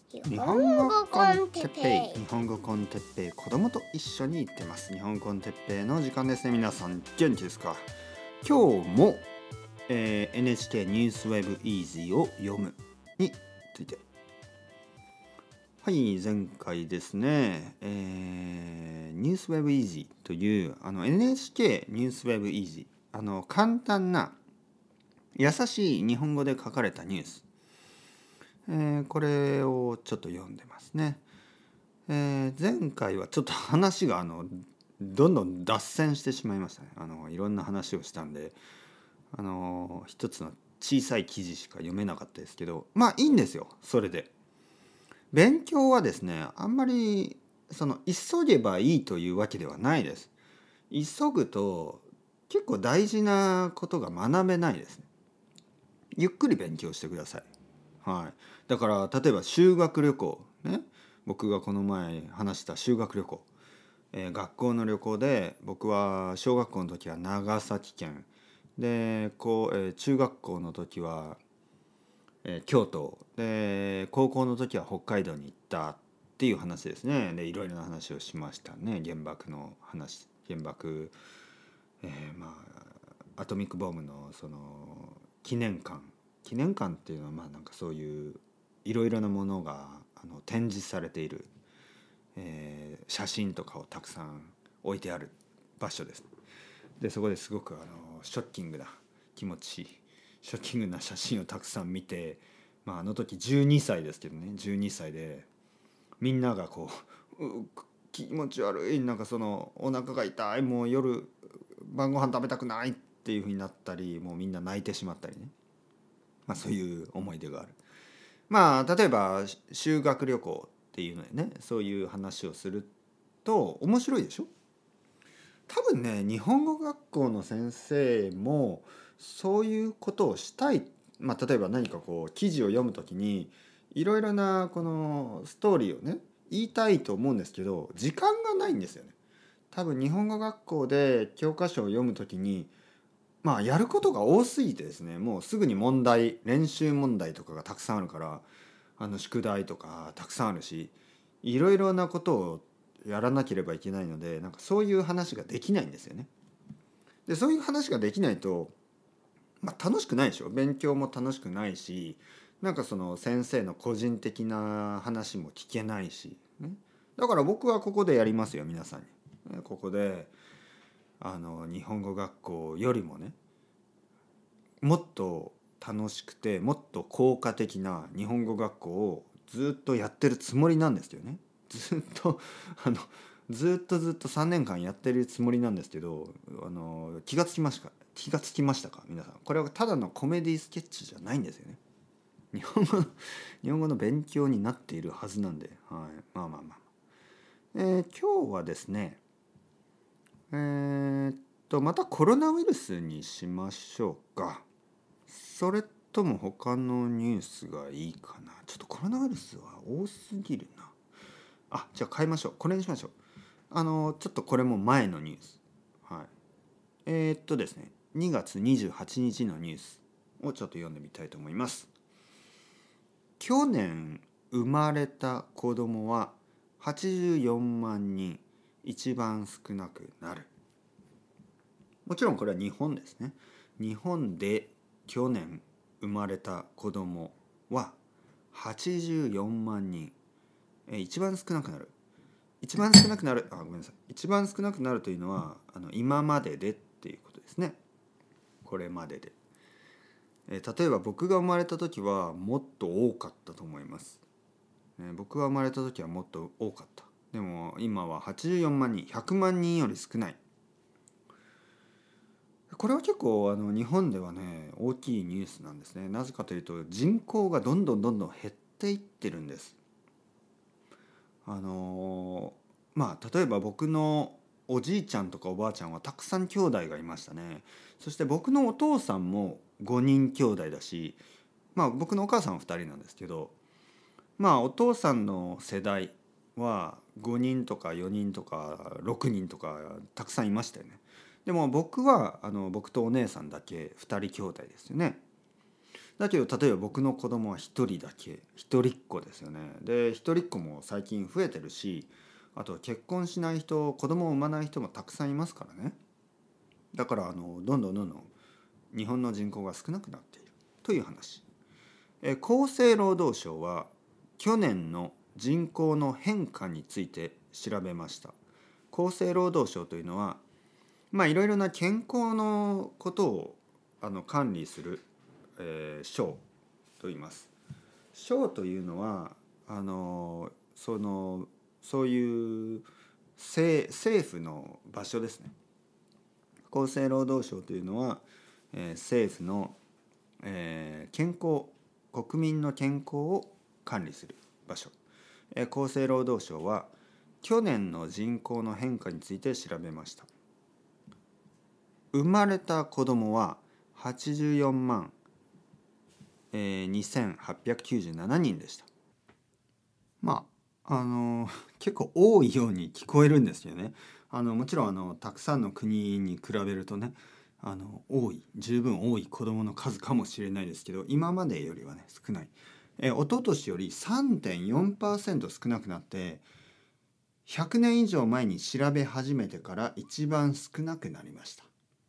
日本語コンテッペイ、日本語コンテッペイ、子供と一緒に行ってます。日本コンテッペイの時間ですね。皆さん元気ですか？今日も、NHK ニュースウェブイージーを読むについて。はい、前回ですね、ニュースウェブイージーという NHK ニュースウェブイージー、簡単な優しい日本語で書かれたニュース、これをちょっと読んでますね。前回はちょっと話がどんどん脱線してしまいましたね。いろんな話をしたんで一つの小さい記事しか読めなかったですけど、まあいいんですよ。それで勉強はですね、あんまり急げばいいというわけではないです。急ぐと結構大事なことが学べないですね。ゆっくり勉強してください。はい、だから例えば修学旅行ね、僕がこの前話した修学旅行、学校の旅行で僕は小学校の時は長崎県で中学校の時は、京都で、高校の時は北海道に行ったっていう話ですね。でいろいろな話をしましたね。原爆の話、原爆、アトミックボムの記念館っていうのはなんかそういういろいろなものが展示されている、写真とかをたくさん置いてある場所です。でそこですごくショッキングな気持ちいいショッキングな写真をたくさん見て、あの時12歳ですけどね、12歳でみんなが気持ち悪い、なんかお腹が痛い、もう夜晩ご飯食べたくないっていう風になったり、もうみんな泣いてしまったりね、そういう思い出がある。例えば修学旅行っていうのでね、そういう話をすると面白いでしょ。多分ね、日本語学校の先生もそういうことをしたい。例えば何か記事を読むときにいろいろなこのストーリーをね言いたいと思うんですけど、時間がないんですよね。多分日本語学校で教科書を読むときにやることが多すぎてですね、もうすぐに練習問題とかがたくさんあるから、宿題とかたくさんあるし、いろいろなことをやらなければいけないので、なんかそういう話ができないんですよね。でそういう話ができないと、楽しくないでしょ。勉強も楽しくないし、なんか先生の個人的な話も聞けないし、ね、だから僕はここでやりますよ、皆さんに。ここで日本語学校よりもね、もっと楽しくてもっと効果的な日本語学校をずっとやってるつもりなんですよね。ずっとずっと3年間やってるつもりなんですけど、気がつきましたか皆さん。これはただのコメディスケッチじゃないんですよね。日本語の勉強になっているはずなんで、はい、今日はですね、またコロナウイルスにしましょうか。それとも他のニュースがいいかな。ちょっとコロナウイルスは多すぎるな。じゃあ変えましょう。これにしましょう。ちょっとこれも前のニュース。はい。ですね、2月28日のニュースをちょっと読んでみたいと思います。去年生まれた子供は84万人、一番少なくなる。もちろんこれは日本ですね。日本で去年生まれた子供は84万人、一番少なくなる。一番少なくなる、ごめんなさい。一番少なくなるというのは今まででっていうことですね。これまでで。例えば僕が生まれた時はもっと多かったと思います。僕が生まれた時はもっと多かった。でも今は84万人、100万人より少ない。これは結構日本ではね大きいニュースなんですね。なぜかというと人口がどんどん減っていってるんです。例えば僕のおじいちゃんとかおばあちゃんはたくさん兄弟がいましたね。そして僕のお父さんも5人兄弟だし、僕のお母さんは2人なんですけど、お父さんの世代は5人とか4人とか6人とかたくさんいましたよね。でも僕は僕とお姉さんだけ2人兄弟ですよね。 だけど例えば僕の子供は一人だけ、一人っ子ですよね。で一人っ子も最近増えてるし、あとは結婚しない人、子供を産まない人もたくさんいますからね。だからどんどんどんどん日本の人口が少なくなっているという話。厚生労働省は去年の人口の変化について調べました。厚生労働省というのは、いろいろな健康のことを管理する、省と言います。省というのはそういう政府の場所ですね。厚生労働省というのは、政府の、健康、国民の健康を管理する場所。厚生労働省は去年の人口の変化について調べました。生まれた子どもは84万、2897人でした。結構多いように聞こえるんですよね。もちろんたくさんの国に比べるとね、十分多い子どもの数かもしれないですけど、今までよりはね少ない。一昨年より 3.4% 少なくなって、100年以上前に調べ始めてから一番少なくなりました。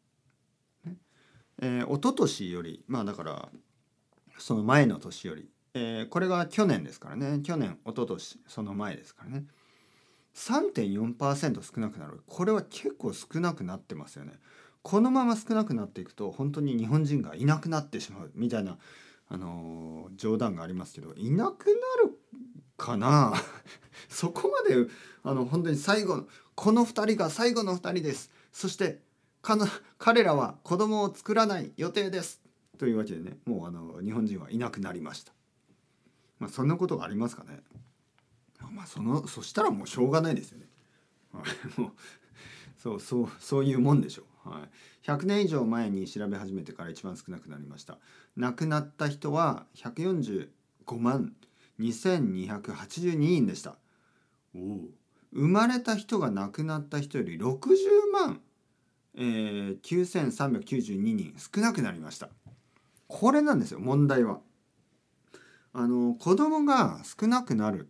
一昨年よりだからその前の年より、これが去年ですからね。去年、一昨年その前ですからね。3.4% 少なくなる。これは結構少なくなってますよね。このまま少なくなっていくと本当に日本人がいなくなってしまうみたいな、冗談がありますけど、いなくなるかなそこまで本当にこの2人が最後の2人です。そして彼らは子供を作らない予定ですというわけでね、もう日本人はいなくなりました。そんなことがありますかね。そしたらもうしょうがないですよね。もうそういうもんでしょう。100年以上前に調べ始めてから一番少なくなりました。亡くなった人は145万2282人でした。生まれた人が亡くなった人より60万、9392人少なくなりました。これなんですよ、問題は。子供が少なくなる、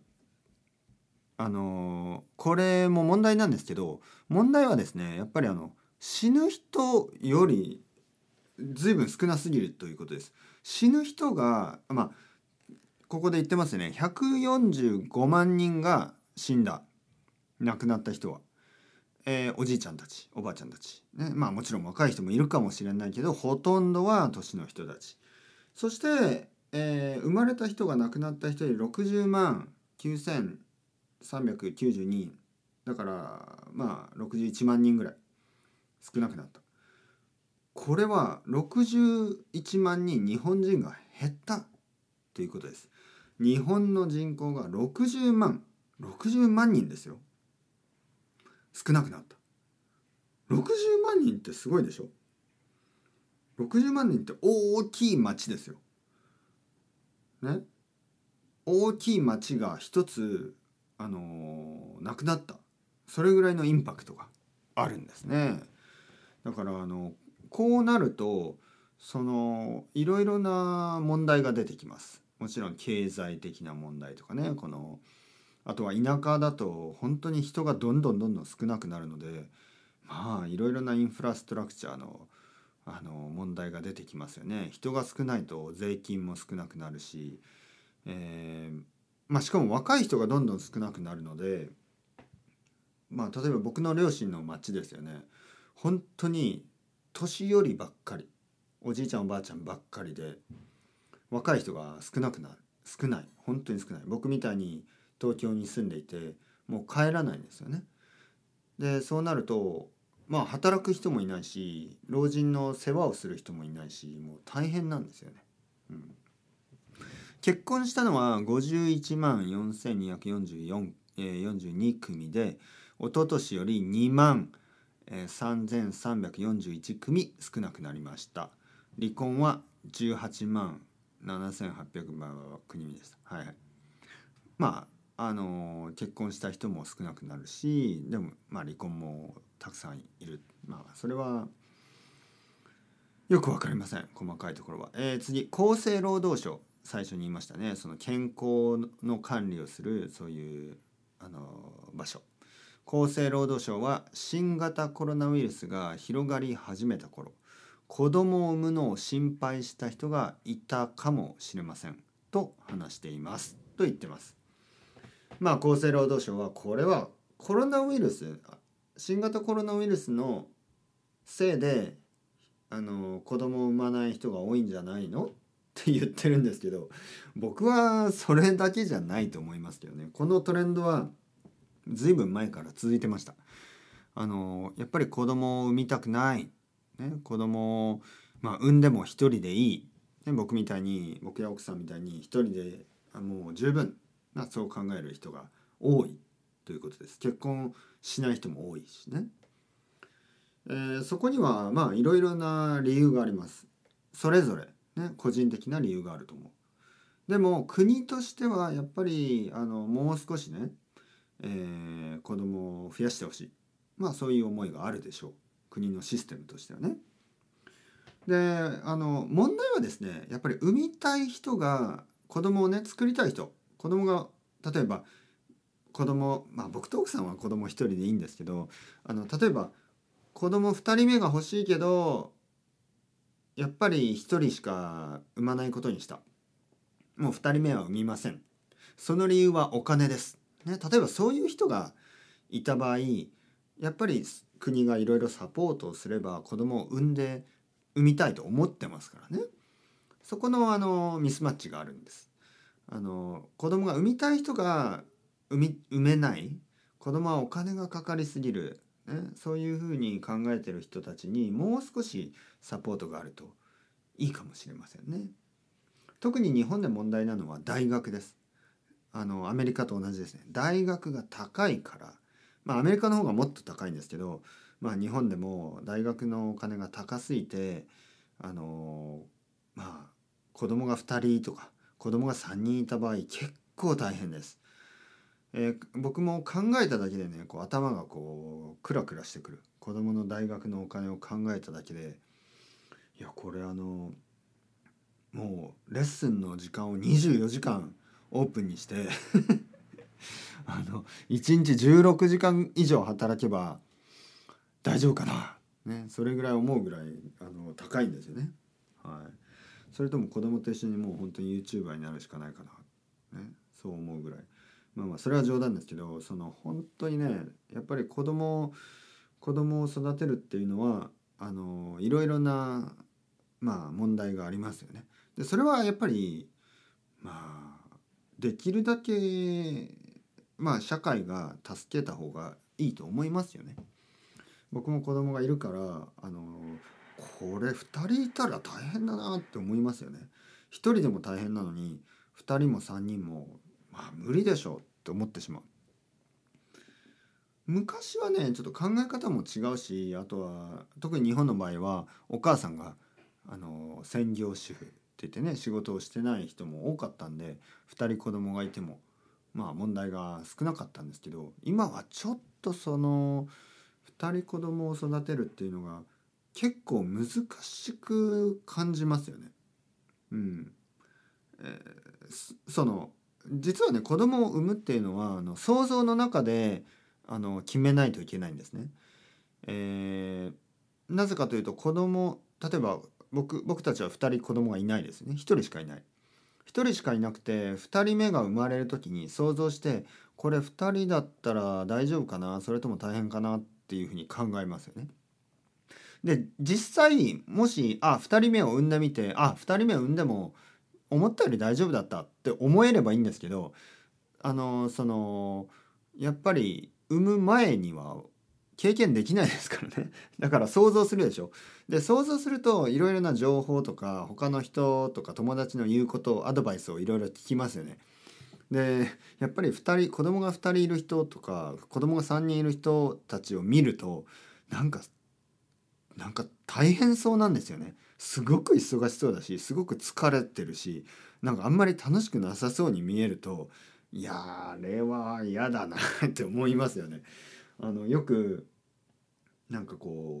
これも問題なんですけど、問題はですね、やっぱり死ぬ人より随分少なすぎるということです。死ぬ人がここで言ってますね。145万人が死んだ、亡くなった人は、おじいちゃんたち、おばあちゃんたち、ね、もちろん若い人もいるかもしれないけど、ほとんどは年の人たち。そして、生まれた人が亡くなった人より60万9392人だから61万人ぐらい少なくなった。これは61万人日本人が減ったということです。日本の人口が60万人ですよ。少なくなった。60万人ってすごいでしょ。60万人って大きい町ですよ。ね。大きい町が一つなくなった。それぐらいのインパクトがあるんですね。だからこうなるといろいろな問題が出てきます。もちろん経済的な問題とかね、あとは田舎だと本当に人がどんどん少なくなるので、いろいろなインフラストラクチャーの問題が出てきますよね。人が少ないと税金も少なくなるし、しかも若い人がどんどん少なくなるので、例えば僕の両親の町ですよね。本当に年寄りばっかり、おじいちゃんおばあちゃんばっかりで、若い人が少ない、本当に少ない。僕みたいに東京に住んでいてもう帰らないんですよね。でそうなると働く人もいないし、老人の世話をする人もいないし、もう大変なんですよね。結婚したのは51万4244、42組で、一昨年より2万3341組少なくなりました。離婚は18万7800組です。結婚した人も少なくなるし、でも離婚もたくさんいる。それはよくわかりません、細かいところは。次、厚生労働省、最初に言いましたね。その健康の管理をするそういう場所。厚生労働省は新型コロナウイルスが広がり始めた頃、子供を産むのを心配した人がいたかもしれませんと話していますと言ってます。まあ厚生労働省はこれはコロナウイルス、新型コロナウイルスのせいで子供を産まない人が多いんじゃないのって言ってるんですけど、僕はそれだけじゃないと思いますけどね。このトレンドはずいぶん前から続いてました。やっぱり子供を産みたくない、ね、子供を、産んでも一人でいい、ね、僕や奥さんみたいに一人でもう十分な、そう考える人が多いということです。結婚しない人も多いしね。そこにはいろいろな理由があります。それぞれ、ね、個人的な理由があると思う。でも国としてはやっぱりもう少しね、子供を増やしてほしい、そういう思いがあるでしょう、国のシステムとしてはね。で問題はですね、やっぱり産みたい人が子供をね作りたい人、子供が例えば僕と奥さんは子供一人でいいんですけど、例えば子供2人目が欲しいけどやっぱり1人しか産まないことにした、もう2人目は産みません、その理由はお金です、ね、例えばそういう人がいた場合、やっぱり国がいろいろサポートをすれば子供を産みたいと思ってますからね。そこのミスマッチがあるんです。子供が産みたい人が産めない、子供はお金がかかりすぎる、ね、そういうふうに考えてる人たちにもう少しサポートがあるといいかもしれませんね。特に日本で問題なのは大学です。アメリカと同じですね。大学が高いから、アメリカの方がもっと高いんですけど、日本でも大学のお金が高すぎて子供が2人とか子供が3人いた場合結構大変です。僕も考えただけでね、頭がクラクラしてくる。子供の大学のお金を考えただけで、いやこれもうレッスンの時間を24時間オープンにして1日16時間以上働けば大丈夫かな、ね、それぐらい思うぐらい高いんですよね。はい、それとも子供と一緒にもう本当に YouTuber になるしかないかな、ね、そう思うぐらい。それは冗談ですけど、本当にね、やっぱり子供を育てるっていうのはいろいろな問題がありますよね。でそれはやっぱりできるだけ社会が助けた方がいいと思いますよね。僕も子供がいるからこれ2人いたら大変だなって思いますよね。1人でも大変なのに2人も3人も無理でしょって思ってしまう。昔はねちょっと考え方も違うし、あとは特に日本の場合はお母さんが専業主婦って言ってね仕事をしてない人も多かったんで、2人子供がいても問題が少なかったんですけど、今はちょっと2人子供を育てるっていうのが結構難しく感じますよね。うん。実はね子供を産むっていうのは想像の中で決めないといけないんですね。なぜかというと例えば僕たちは2人子供がいないですね。1人しかいない。1人しかいなくて2人目が生まれる時に想像して、これ2人だったら大丈夫かな、それとも大変かなっていうふうに考えますよね。で実際もし2人目を産んでみて2人目を産んでも思ったより大丈夫だったって思えればいいんですけど、やっぱり産む前には経験できないですからね。だから想像するでしょ。で想像するといろいろな情報とか他の人とか友達の言うことをアドバイスをいろいろ聞きますよね。でやっぱり子供が2人いる人とか子供が3人いる人たちを見るとなんか大変そうなんですよね。すごく忙しそうだし、すごく疲れてるし、あんまり楽しくなさそうに見えると、いやあれは嫌だなって思いますよね。よく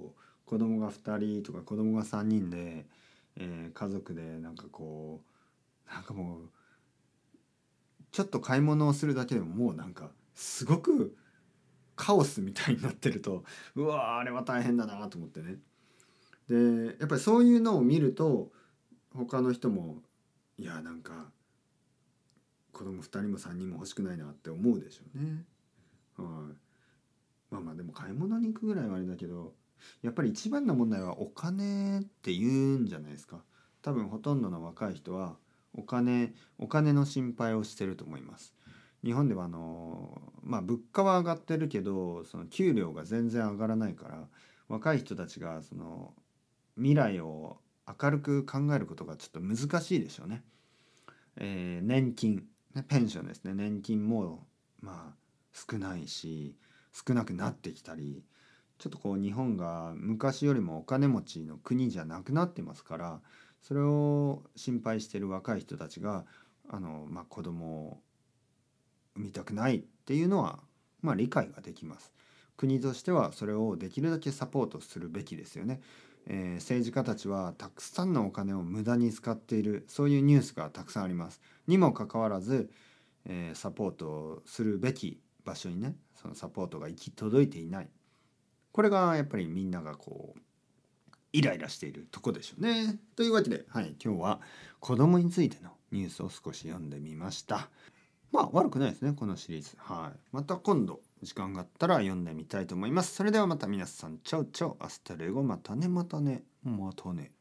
子供が2人とか子供が3人で、家族でなんかこうなんかもうちょっと買い物をするだけでももうなんかすごくカオスみたいになってると、うわあれは大変だなと思ってね。でやっぱりそういうのを見ると他の人もいやなんか子供2人も3人も欲しくないなって思うでしょうね。はい、まあまあでも買い物に行くぐらいはあれだけど、やっぱり一番の問題はお金って言うんじゃないですか。多分ほとんどの若い人はお金の心配をしてると思います。日本ではまあ物価は上がってるけどその給料が全然上がらないから、若い人たちがその未来を明るく考えることがちょっと難しいでしょうね。年金、ね、ペンションですね。年金もまあ少ないし少なくなってきたり、ちょっとこう日本が昔よりもお金持ちの国じゃなくなってますから、それを心配している若い人たちがまあ、子供を産みたくないっていうのはまあ理解ができます。国としてはそれをできるだけサポートするべきですよね。政治家たちはたくさんのお金を無駄に使っている、そういうニュースがたくさんあります。にもかかわらず、サポートするべき場所にねそのサポートが行き届いていない。これがやっぱりみんながこうイライラしているとこでしょうね。というわけで、はい、今日は子供についてのニュースを少し読んでみました。まあ悪くないですねこのシリーズ。はい、また今度時間があったら読んでみたいと思います。それではまた皆さんチャウチャウアスタレゴ、またねまたねまたね。